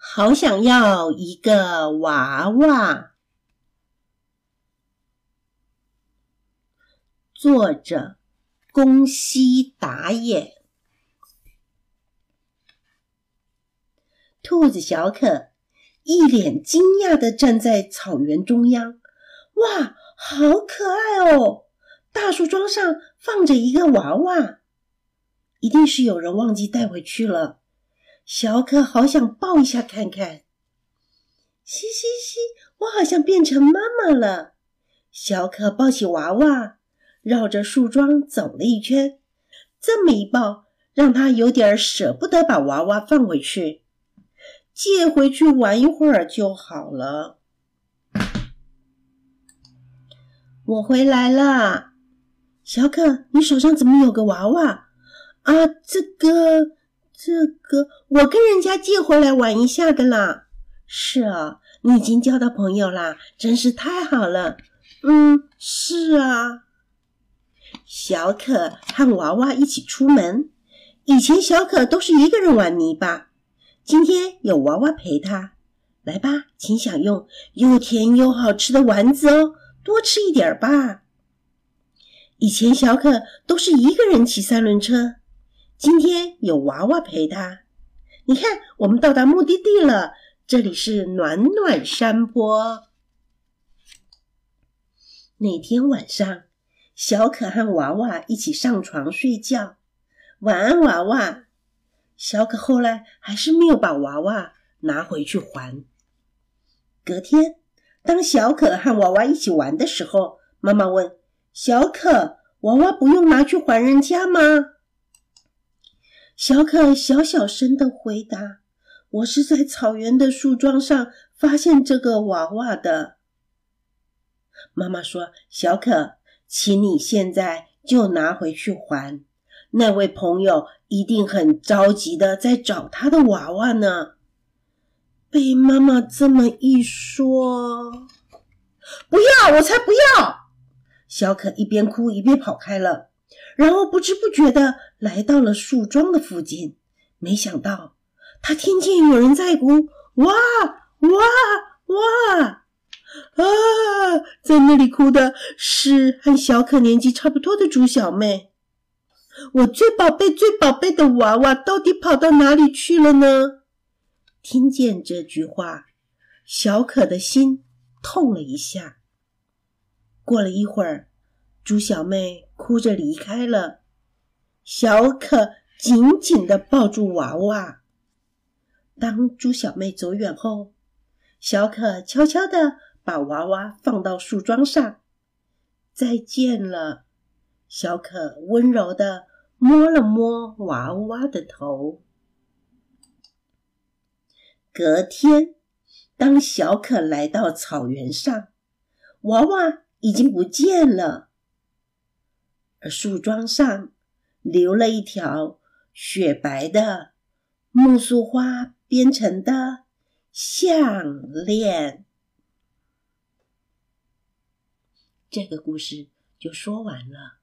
好想要一个娃娃。作者宫西达也。兔子小可一脸惊讶地站在草原中央，哇，好可爱哦！大树桩上放着一个娃娃，一定是有人忘记带回去了。小可好想抱一下看看。嘻嘻嘻，我好像变成妈妈了。小可抱起娃娃，绕着树桩走了一圈，这么一抱，让他有点舍不得把娃娃放回去，借回去玩一会儿就好了。我回来了。小可，你手上怎么有个娃娃啊？这个我跟人家借回来玩一下的啦。是啊，你已经交到朋友啦，真是太好了。是啊。小可和娃娃一起出门，以前小可都是一个人玩泥巴，今天有娃娃陪他。来吧，请享用又甜又好吃的丸子哦，多吃一点吧。以前小可都是一个人骑三轮车，今天有娃娃陪他。你看，我们到达目的地了，这里是暖暖山坡。那天晚上，小可和娃娃一起上床睡觉。晚安，娃娃。小可后来还是没有把娃娃拿回去还。隔天，当小可和娃娃一起玩的时候，妈妈问小可，娃娃不用拿去还人家吗？小可小小声的回答，我是在草原的树桩上发现这个娃娃的。妈妈说，小可，请你现在就拿回去还，那位朋友一定很着急的在找他的娃娃呢。被妈妈这么一说，不要，我才不要！小可一边哭一边跑开了，然后不知不觉地来到了树桩的附近。没想到他听见有人在哭，哇哇哇！在那里哭的是和小可年纪差不多的猪小妹。我最宝贝的娃娃到底跑到哪里去了呢？听见这句话，小可的心痛了一下。过了一会儿，猪小妹哭着离开了，小可紧紧地抱住娃娃。当猪小妹走远后，小可悄悄地把娃娃放到树桩上。再见了，小可温柔地摸了摸娃娃的头。隔天，当小可来到草原上，娃娃已经不见了，而树桩上留了一条雪白的木梳花编成的项链。这个故事就说完了。